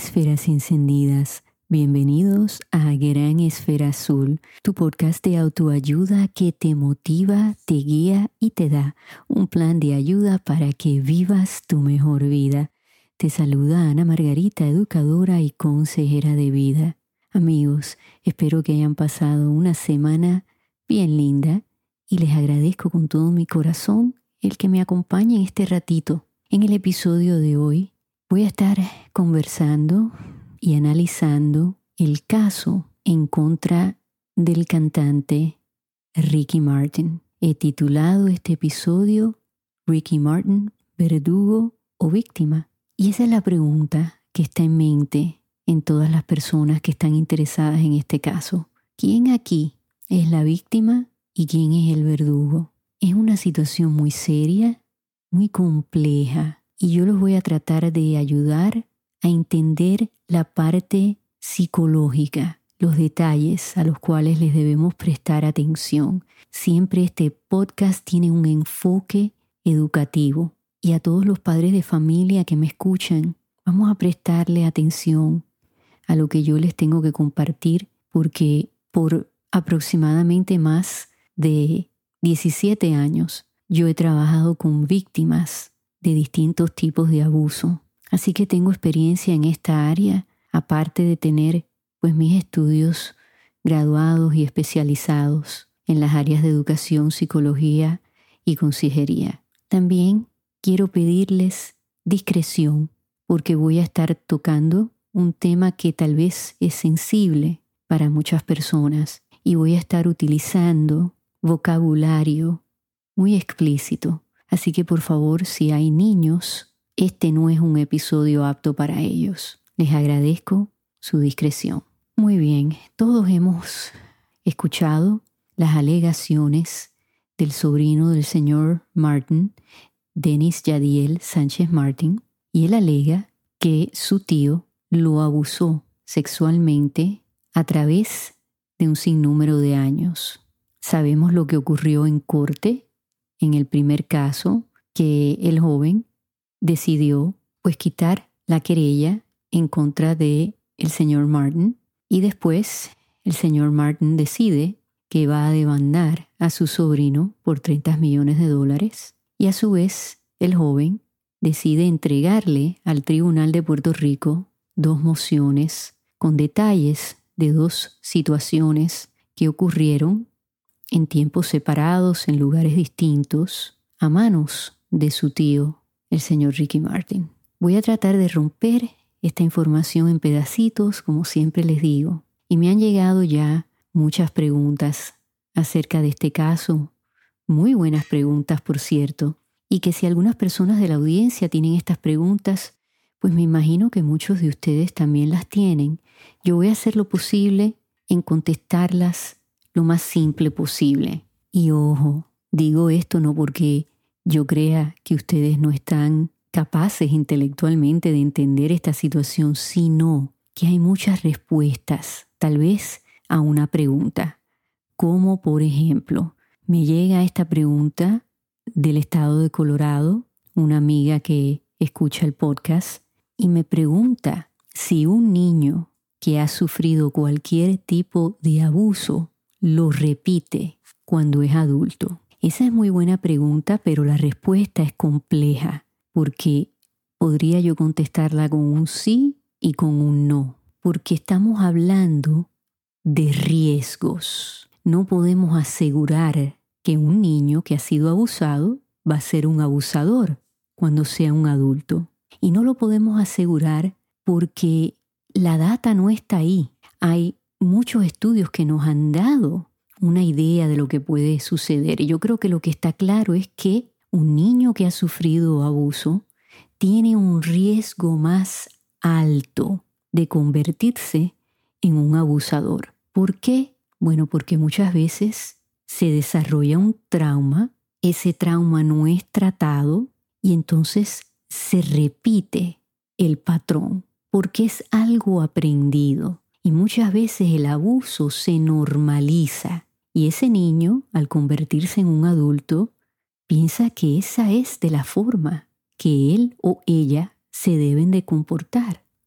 esferas encendidas. Bienvenidos a Gran Esfera Azul, tu podcast de autoayuda que te motiva, te guía y te da un plan de ayuda para que vivas tu mejor vida. Te saluda Ana Margarita, educadora y consejera de vida. Amigos, espero que hayan pasado una semana bien linda y les agradezco con todo mi corazón el que me acompañen este ratito. En el episodio de hoy voy a estar conversando y analizando el caso en contra del cantante Ricky Martin. He titulado este episodio Ricky Martin, verdugo o víctima. Y esa es la pregunta que está en mente en todas las personas que están interesadas en este caso. ¿Quién aquí es la víctima y quién es el verdugo? Es una situación muy seria, muy compleja, y yo los voy a tratar de ayudar a entender la parte psicológica, los detalles a los cuales les debemos prestar atención. Siempre este podcast tiene un enfoque educativo y a todos los padres de familia que me escuchan, vamos a prestarle atención a lo que yo les tengo que compartir porque por aproximadamente más de 17 años yo he trabajado con víctimas de distintos tipos de abuso. Así que tengo experiencia en esta área, aparte de tener mis estudios graduados y especializados en las áreas de educación, psicología y consejería. También quiero pedirles discreción porque voy a estar tocando un tema que tal vez es sensible para muchas personas y voy a estar utilizando vocabulario muy explícito. Así que por favor, si hay niños, este no es un episodio apto para ellos. Les agradezco su discreción. Muy bien, todos hemos escuchado las alegaciones del sobrino del señor Martin, Dennis Yadiel Sánchez Martin, y él alega que su tío lo abusó sexualmente a través de un sinnúmero de años. Sabemos lo que ocurrió en corte. En el primer caso, que el joven decidió quitar la querella en contra de el señor Martin y después el señor Martin decide que va a demandar a su sobrino por $30 millones y a su vez el joven decide entregarle al Tribunal de Puerto Rico 2 mociones con detalles de 2 situaciones que ocurrieron en tiempos separados, en lugares distintos, a manos de su tío, el señor Ricky Martin. Voy a tratar de romper esta información en pedacitos, como siempre les digo, y me han llegado ya muchas preguntas acerca de este caso, muy buenas preguntas, por cierto, y que si algunas personas de la audiencia tienen estas preguntas, me imagino que muchos de ustedes también las tienen. Yo voy a hacer lo posible en contestarlas lo más simple posible. Y ojo, digo esto no porque yo crea que ustedes no están capaces intelectualmente de entender esta situación, sino que hay muchas respuestas, tal vez a una pregunta. Como por ejemplo, me llega esta pregunta del estado de Colorado, una amiga que escucha el podcast, y me pregunta si un niño que ha sufrido cualquier tipo de abuso lo repite cuando es adulto. Esa es muy buena pregunta, pero la respuesta es compleja porque podría yo contestarla con un sí y con un no, porque estamos hablando de riesgos. No podemos asegurar que un niño que ha sido abusado va a ser un abusador cuando sea un adulto. Y no lo podemos asegurar porque la data no está ahí. Hay muchos estudios que nos han dado una idea de lo que puede suceder. Y yo creo que lo que está claro es que un niño que ha sufrido abuso tiene un riesgo más alto de convertirse en un abusador. ¿Por qué? Bueno, porque muchas veces se desarrolla un trauma, ese trauma no es tratado y entonces se repite el patrón porque es algo aprendido. Y muchas veces el abuso se normaliza y ese niño, al convertirse en un adulto, piensa que esa es de la forma que él o ella se deben de comportar.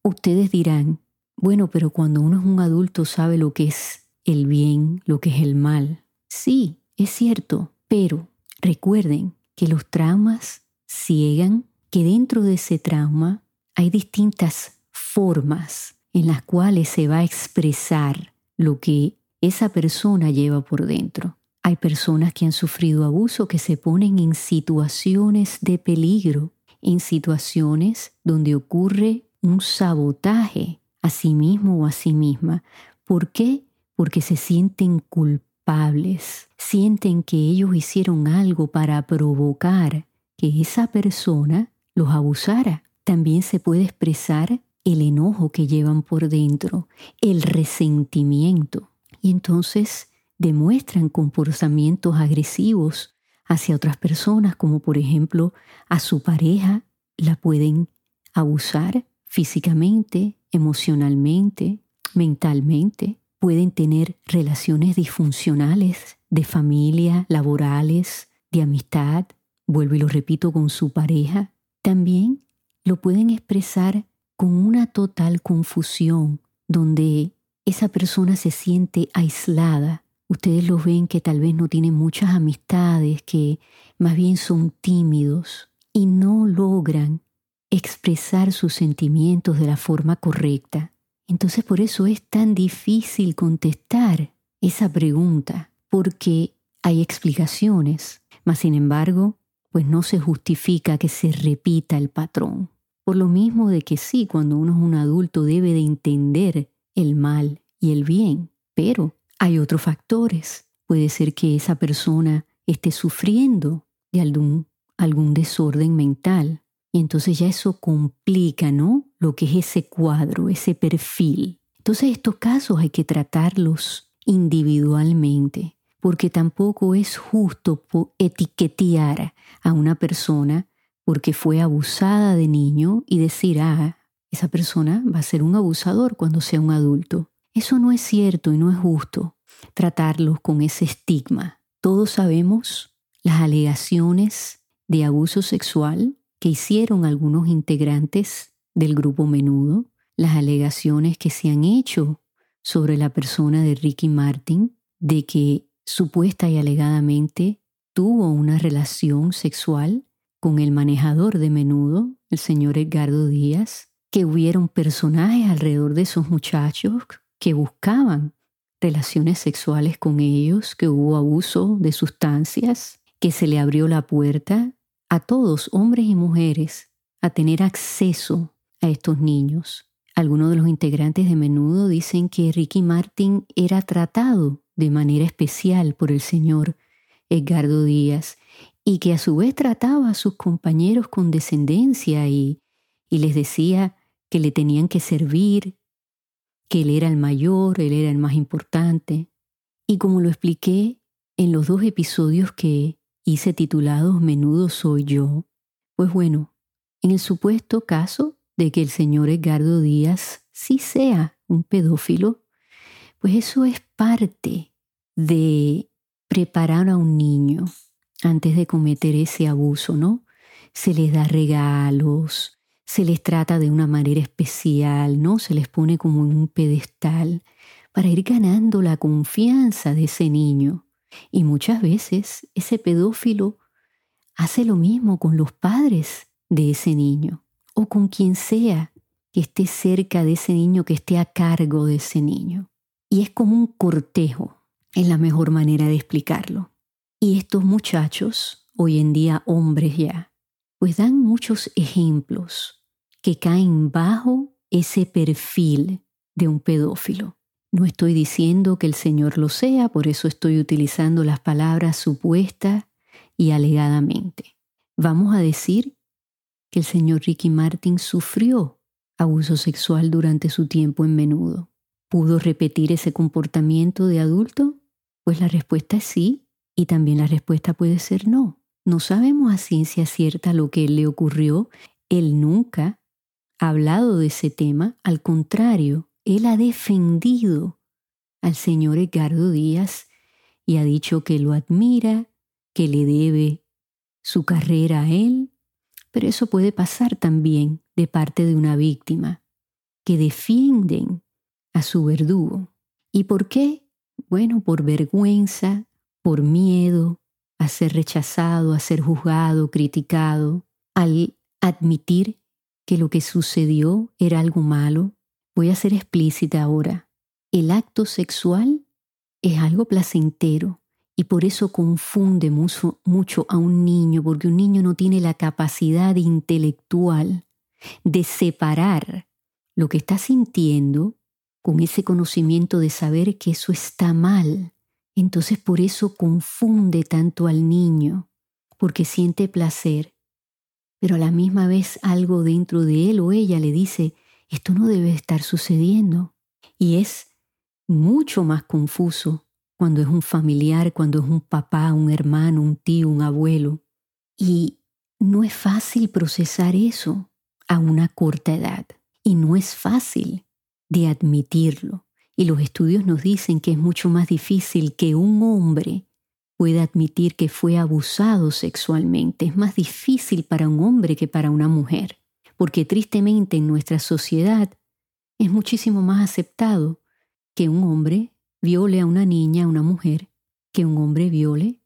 Ustedes dirán, bueno, pero cuando uno es un adulto sabe lo que es el bien, lo que es el mal. Sí, es cierto, pero recuerden que los traumas ciegan, que dentro de ese trauma hay distintas formas en las cuales se va a expresar lo que esa persona lleva por dentro. Hay personas que han sufrido abuso que se ponen en situaciones de peligro, en situaciones donde ocurre un sabotaje a sí mismo o a sí misma. ¿Por qué? Porque se sienten culpables, sienten que ellos hicieron algo para provocar que esa persona los abusara. También se puede expresar el enojo que llevan por dentro, el resentimiento. Y entonces demuestran comportamientos agresivos hacia otras personas, como por ejemplo a su pareja, la pueden abusar físicamente, emocionalmente, mentalmente. Pueden tener relaciones disfuncionales de familia, laborales, de amistad, vuelvo y lo repito, con su pareja. También lo pueden expresar con una total confusión, donde esa persona se siente aislada. Ustedes los ven que tal vez no tienen muchas amistades, que más bien son tímidos y no logran expresar sus sentimientos de la forma correcta. Entonces por eso es tan difícil contestar esa pregunta, porque hay explicaciones, mas sin embargo, pues no se justifica que se repita el patrón. Por lo mismo de que sí, cuando uno es un adulto debe de entender el mal y el bien, pero hay otros factores. Puede ser que esa persona esté sufriendo de algún desorden mental. Y entonces ya eso complica, ¿no? Lo que es ese cuadro, ese perfil. Entonces estos casos hay que tratarlos individualmente, porque tampoco es justo etiquetear a una persona porque fue abusada de niño y decir, esa persona va a ser un abusador cuando sea un adulto. Eso no es cierto y no es justo tratarlos con ese estigma. Todos sabemos las alegaciones de abuso sexual que hicieron algunos integrantes del grupo Menudo, las alegaciones que se han hecho sobre la persona de Ricky Martin, de que supuesta y alegadamente tuvo una relación sexual con el manejador de Menudo, el señor Edgardo Díaz, que hubieron personajes alrededor de esos muchachos que buscaban relaciones sexuales con ellos, que hubo abuso de sustancias, que se le abrió la puerta a todos, hombres y mujeres, a tener acceso a estos niños. Algunos de los integrantes de Menudo dicen que Ricky Martin era tratado de manera especial por el señor Edgardo Díaz y que a su vez trataba a sus compañeros con descendencia y les decía que le tenían que servir, que él era el mayor, él era el más importante. Y como lo expliqué en los 2 episodios que hice titulados Menudo soy yo, pues bueno, en el supuesto caso de que el señor Edgardo Díaz sí sea un pedófilo, pues eso es parte de preparar a un niño antes de cometer ese abuso, ¿no? Se les da regalos, se les trata de una manera especial, ¿no? Se les pone como en un pedestal para ir ganando la confianza de ese niño. Y muchas veces ese pedófilo hace lo mismo con los padres de ese niño o con quien sea que esté cerca de ese niño, que esté a cargo de ese niño. Y es como un cortejo, es la mejor manera de explicarlo. Y estos muchachos, hoy en día hombres ya, pues dan muchos ejemplos que caen bajo ese perfil de un pedófilo. No estoy diciendo que el Señor lo sea, por eso estoy utilizando las palabras supuesta y alegadamente. Vamos a decir que el señor Ricky Martin sufrió abuso sexual durante su tiempo en Menudo. ¿Pudo repetir ese comportamiento de adulto? Pues la respuesta es sí, y también la respuesta puede ser no. No sabemos a ciencia cierta lo que le ocurrió. Él nunca ha hablado de ese tema. Al contrario, él ha defendido al señor Edgardo Díaz y ha dicho que lo admira, que le debe su carrera a él, pero eso puede pasar también de parte de una víctima. que defienden a su verdugo. ¿Y por qué? Bueno, por vergüenza, por miedo a ser rechazado, a ser juzgado, criticado, al admitir que lo que sucedió era algo malo. Voy a ser explícita ahora. El acto sexual es algo placentero y por eso confunde mucho a un niño, porque un niño no tiene la capacidad intelectual de separar lo que está sintiendo con ese conocimiento de saber que eso está mal. Entonces por eso confunde tanto al niño, porque siente placer, pero a la misma vez algo dentro de él o ella le dice, esto no debe estar sucediendo. Y es mucho más confuso cuando es un familiar, cuando es un papá, un hermano, un tío, un abuelo. Y no es fácil procesar eso a una corta edad. Y no es fácil de admitirlo. Y los estudios nos dicen que es mucho más difícil que un hombre pueda admitir que fue abusado sexualmente. Es más difícil para un hombre que para una mujer. Porque tristemente en nuestra sociedad es muchísimo más aceptado que un hombre viole a una niña, a una mujer, que un hombre viole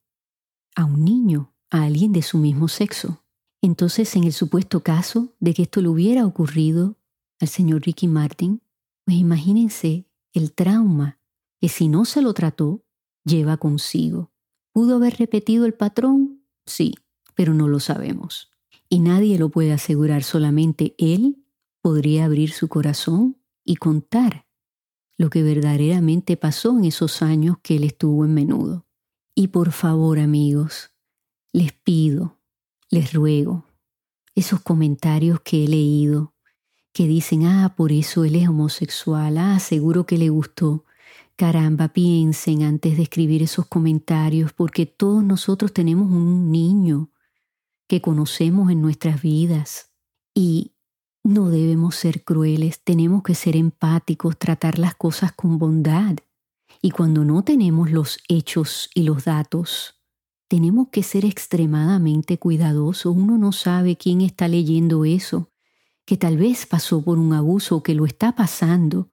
a un niño, a alguien de su mismo sexo. Entonces, en el supuesto caso de que esto le hubiera ocurrido al señor Ricky Martin, pues imagínense el trauma que si no se lo trató, lleva consigo. ¿Pudo haber repetido el patrón? Sí, pero no lo sabemos. Y nadie lo puede asegurar, solamente él podría abrir su corazón y contar lo que verdaderamente pasó en esos años que él estuvo en Menudo. Y por favor, amigos, les pido, les ruego, esos comentarios que he leído, que dicen, por eso él es homosexual, seguro que le gustó. Caramba, piensen antes de escribir esos comentarios, porque todos nosotros tenemos un niño que conocemos en nuestras vidas y no debemos ser crueles, tenemos que ser empáticos, tratar las cosas con bondad. Y cuando no tenemos los hechos y los datos, tenemos que ser extremadamente cuidadosos. Uno no sabe quién está leyendo eso, que tal vez pasó por un abuso o que lo está pasando,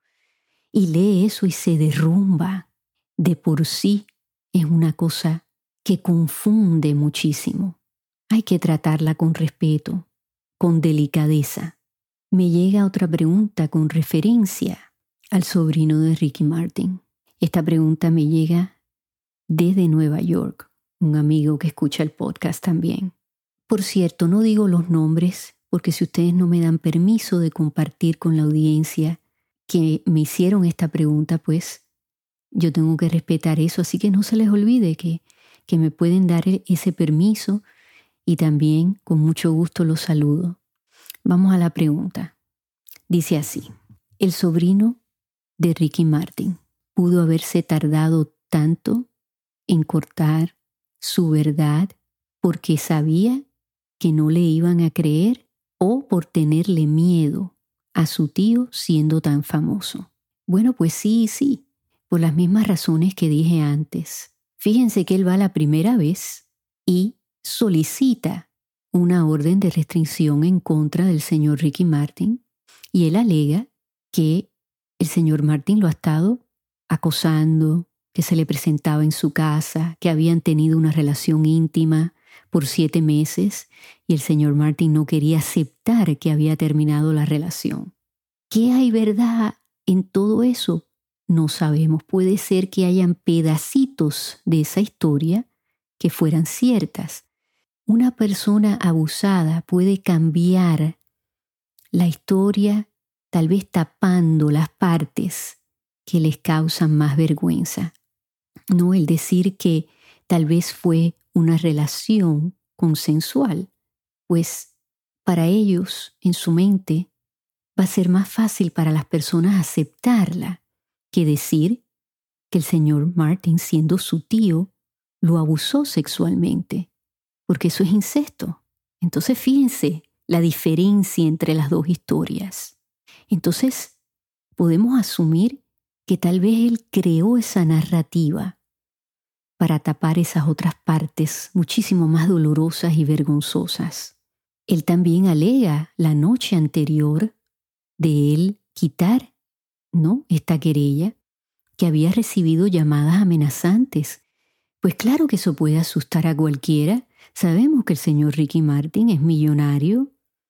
y lee eso y se derrumba. De por sí es una cosa que confunde muchísimo. Hay que tratarla con respeto, con delicadeza. Me llega otra pregunta con referencia al sobrino de Ricky Martin. Esta pregunta me llega desde Nueva York, un amigo que escucha el podcast también. Por cierto, no digo los nombres porque si ustedes no me dan permiso de compartir con la audiencia que me hicieron esta pregunta, pues yo tengo que respetar eso. Así que no se les olvide que me pueden dar ese permiso y también con mucho gusto los saludo. Vamos a la pregunta. Dice así: el sobrino de Ricky Martin pudo haberse tardado tanto en cortar su verdad porque sabía que no le iban a creer o por tenerle miedo a su tío siendo tan famoso. Bueno, pues sí, por las mismas razones que dije antes. Fíjense que él va la primera vez y solicita una orden de restricción en contra del señor Ricky Martin y él alega que el señor Martin lo ha estado acosando, que se le presentaba en su casa, que habían tenido una relación íntima por 7 meses y el señor Martin no quería aceptar que había terminado la relación. ¿Qué hay verdad en todo eso? No sabemos. Puede ser que hayan pedacitos de esa historia que fueran ciertas. Una persona abusada puede cambiar la historia, tal vez tapando las partes que les causan más vergüenza. No el decir que tal vez fue una relación consensual, pues para ellos, en su mente, va a ser más fácil para las personas aceptarla que decir que el señor Martin, siendo su tío, lo abusó sexualmente, porque eso es incesto. Entonces fíjense la diferencia entre las dos historias. Entonces podemos asumir que tal vez él creó esa narrativa para tapar esas otras partes muchísimo más dolorosas y vergonzosas. Él también alega la noche anterior de él quitar, ¿no?, esta querella, que había recibido llamadas amenazantes. Pues claro que eso puede asustar a cualquiera. Sabemos que el señor Ricky Martin es millonario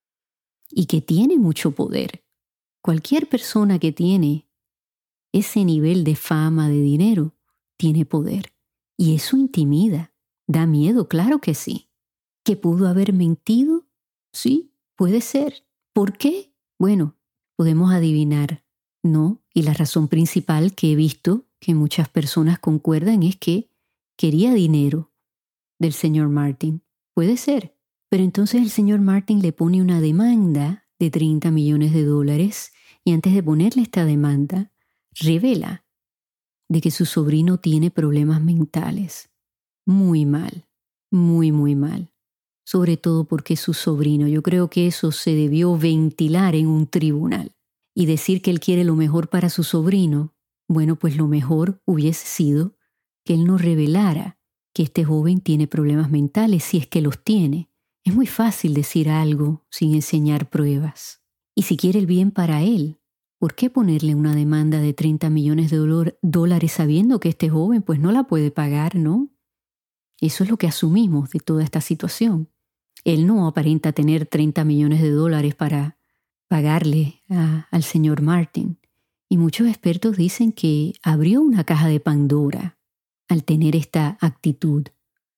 y que tiene mucho poder. Cualquier persona que tiene ese nivel de fama, de dinero, tiene poder. Y eso intimida, da miedo, claro que sí. ¿Que pudo haber mentido? Sí, puede ser. ¿Por qué? Bueno, podemos adivinar, ¿no? Y la razón principal que he visto que muchas personas concuerdan es que quería dinero del señor Martin. Puede ser. Pero entonces el señor Martin le pone una demanda de $30 millones y antes de ponerle esta demanda, revela de que su sobrino tiene problemas mentales. Muy mal, muy, muy mal. Sobre todo porque es su sobrino. Yo creo que eso se debió ventilar en un tribunal. Y decir que él quiere lo mejor para su sobrino, bueno, pues lo mejor hubiese sido que él no revelara que este joven tiene problemas mentales, si es que los tiene. Es muy fácil decir algo sin enseñar pruebas. Y si quiere el bien para él, ¿por qué ponerle una demanda de $30 millones sabiendo que este joven pues no la puede pagar, ¿no? Eso es lo que asumimos de toda esta situación. Él no aparenta tener $30 millones para pagarle al señor Martin. Y muchos expertos dicen que abrió una caja de Pandora al tener esta actitud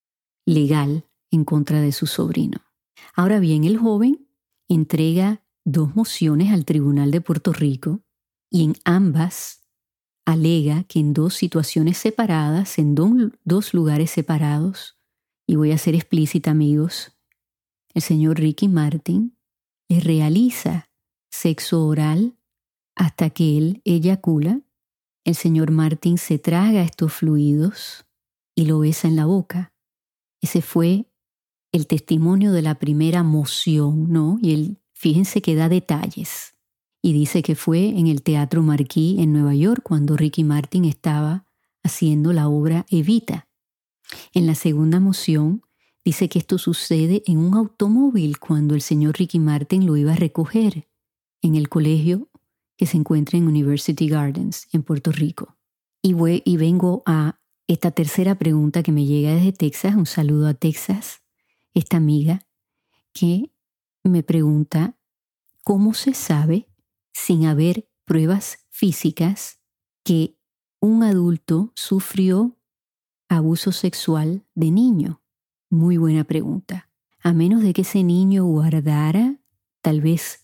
legal en contra de su sobrino. Ahora bien, el joven entrega 2 mociones al Tribunal de Puerto Rico y en ambas alega que en 2 situaciones separadas, en 2 lugares separados, y voy a ser explícita, amigos, el señor Ricky Martin le realiza sexo oral hasta que él eyacula. El señor Martin se traga estos fluidos y lo besa en la boca. Ese fue el testimonio de la primera moción, ¿no? Y él, fíjense que da detalles. Y dice que fue en el Teatro Marquis en Nueva York cuando Ricky Martin estaba haciendo la obra Evita. En la segunda moción dice que esto sucede en un automóvil cuando el señor Ricky Martin lo iba a recoger en el colegio que se encuentra en University Gardens, en Puerto Rico. Y vengo a esta tercera pregunta que me llega desde Texas. Un saludo a Texas. Esta amiga que me pregunta, ¿cómo se sabe, sin haber pruebas físicas, que un adulto sufrió abuso sexual de niño? Muy buena pregunta. A menos de que ese niño guardara tal vez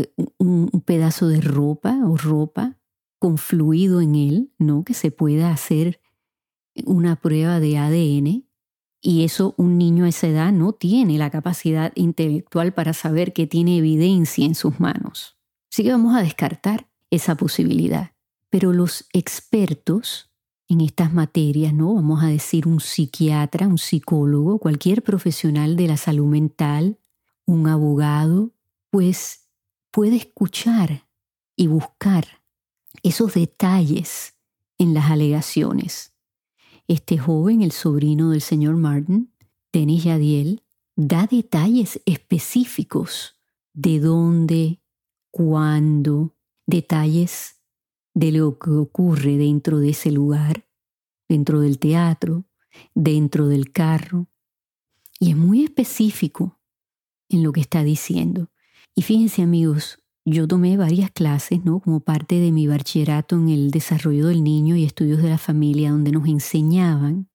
un pedazo de ropa con fluido en él, ¿no? Que se pueda hacer una prueba de ADN. Y eso, un niño a esa edad no tiene la capacidad intelectual para saber que tiene evidencia en sus manos. Así que vamos a descartar esa posibilidad. Pero los expertos en estas materias, ¿no? Vamos a decir un psiquiatra, un psicólogo, cualquier profesional de la salud mental, un abogado, pues puede escuchar y buscar esos detalles en las alegaciones. Este joven, el sobrino del señor Martin, Dennis Yadiel, da detalles específicos de dónde, cuándo, detalles de lo que ocurre dentro de ese lugar, dentro del teatro, dentro del carro. Y es muy específico en lo que está diciendo. Y fíjense, amigos, yo tomé varias clases, ¿no? Como parte de mi bachillerato en el desarrollo del niño y estudios de la familia, donde nos enseñaban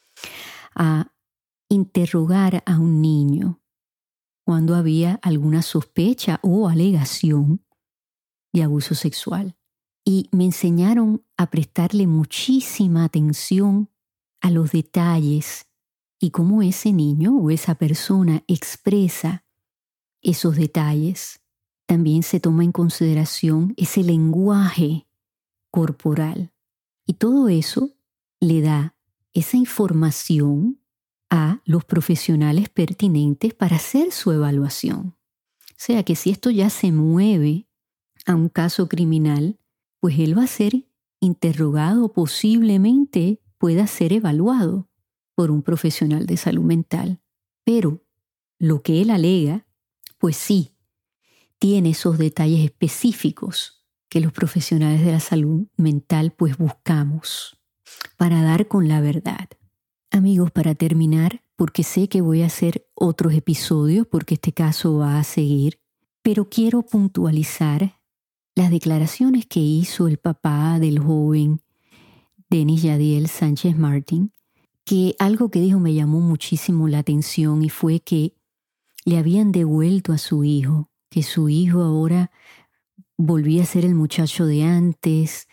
a interrogar a un niño cuando había alguna sospecha o alegación de abuso sexual. Y me enseñaron a prestarle muchísima atención a los detalles y cómo ese niño o esa persona expresa esos detalles. También se toma en consideración ese lenguaje corporal. Y todo eso le da esa información a los profesionales pertinentes para hacer su evaluación. O sea que si esto ya se mueve a un caso criminal, pues él va a ser interrogado, posiblemente pueda ser evaluado por un profesional de salud mental. Pero lo que él alega, pues sí, tiene esos detalles específicos que los profesionales de la salud mental pues buscamos para dar con la verdad. Amigos, para terminar, porque sé que voy a hacer otros episodios, porque este caso va a seguir, pero quiero puntualizar las declaraciones que hizo el papá del joven Denis Yadiel Sánchez Martín, que algo que dijo me llamó muchísimo la atención y fue que le habían devuelto a su hijo, que su hijo ahora volvía a ser el muchacho de antes,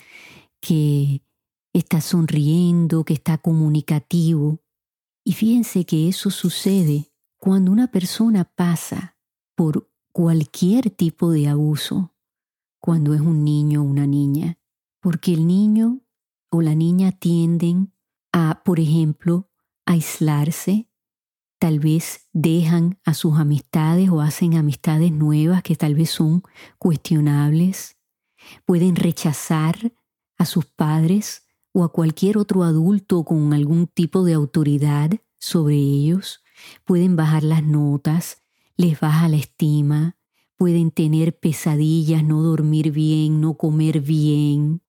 que está sonriendo, que está comunicativo. Y fíjense que eso sucede cuando una persona pasa por cualquier tipo de abuso, cuando es un niño o una niña, porque el niño o la niña tienden a, por ejemplo, aislarse, tal vez dejan a sus amistades o hacen amistades nuevas que tal vez son cuestionables, pueden rechazar a sus padres o a cualquier otro adulto con algún tipo de autoridad sobre ellos, pueden bajar las notas, les baja la estima, pueden tener pesadillas, no dormir bien, no comer bien,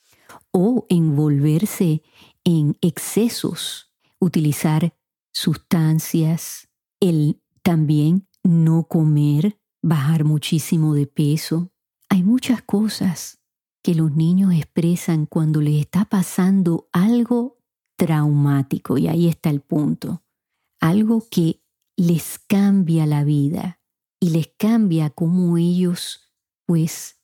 o envolverse en excesos, utilizar sustancias, el también no comer, bajar muchísimo de peso. Hay muchas cosas que los niños expresan cuando les está pasando algo traumático, y ahí está el punto. Algo que les cambia la vida y les cambia cómo ellos pues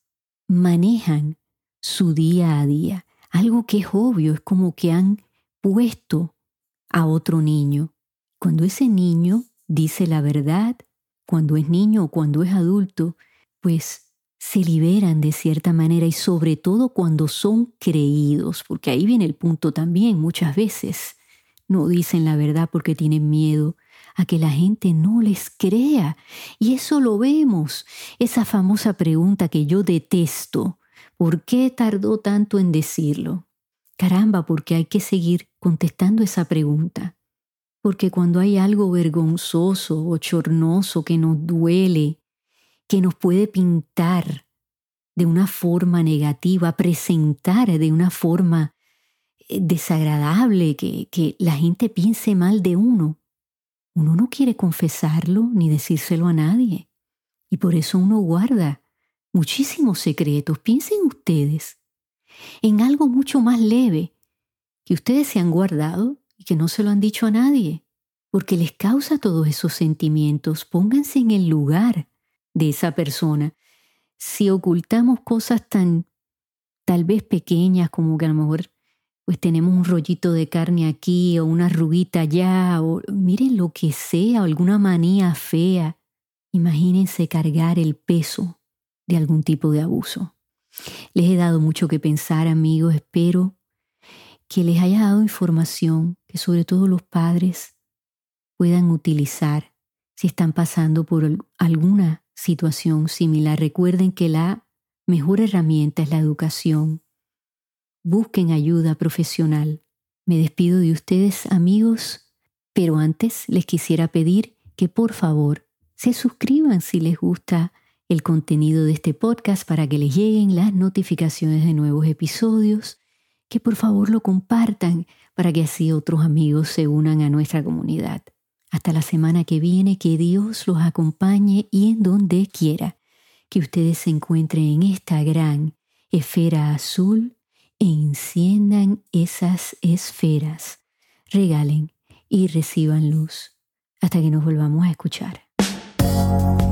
manejan su día a día. Algo que es obvio, es como que han puesto a otro niño. Cuando ese niño dice la verdad, cuando es niño o cuando es adulto, pues se liberan de cierta manera, y sobre todo cuando son creídos, porque ahí viene el punto también. Muchas veces no dicen la verdad porque tienen miedo a que la gente no les crea. Y eso lo vemos, esa famosa pregunta que yo detesto: ¿por qué tardó tanto en decirlo? Caramba, porque hay que seguir contestando esa pregunta. Porque cuando hay algo vergonzoso, bochornoso, que nos duele, que nos puede pintar de una forma negativa, presentar de una forma desagradable, que la gente piense mal de uno no quiere confesarlo ni decírselo a nadie. Y por eso uno guarda muchísimos secretos. Piensen ustedes en algo mucho más leve que ustedes se han guardado y que no se lo han dicho a nadie, porque les causa todos esos sentimientos. Pónganse en el lugar de esa persona. Si ocultamos cosas tan tal vez pequeñas, como que a lo mejor pues tenemos un rollito de carne aquí o una arruguita allá, o miren lo que sea, o alguna manía fea, imagínense cargar el peso de algún tipo de abuso. Les he dado mucho que pensar, amigos. Espero que les haya dado información que sobre todo los padres puedan utilizar si están pasando por alguna situación similar. Recuerden que la mejor herramienta es la educación. Busquen ayuda profesional. Me despido de ustedes, amigos, pero antes les quisiera pedir que por favor se suscriban si les gusta el contenido de este podcast, para que les lleguen las notificaciones de nuevos episodios, que por favor lo compartan para que así otros amigos se unan a nuestra comunidad. Hasta la semana que viene, que Dios los acompañe, y en donde quiera que ustedes se encuentren en esta gran esfera azul, enciendan esas esferas, regalen y reciban luz hasta que nos volvamos a escuchar.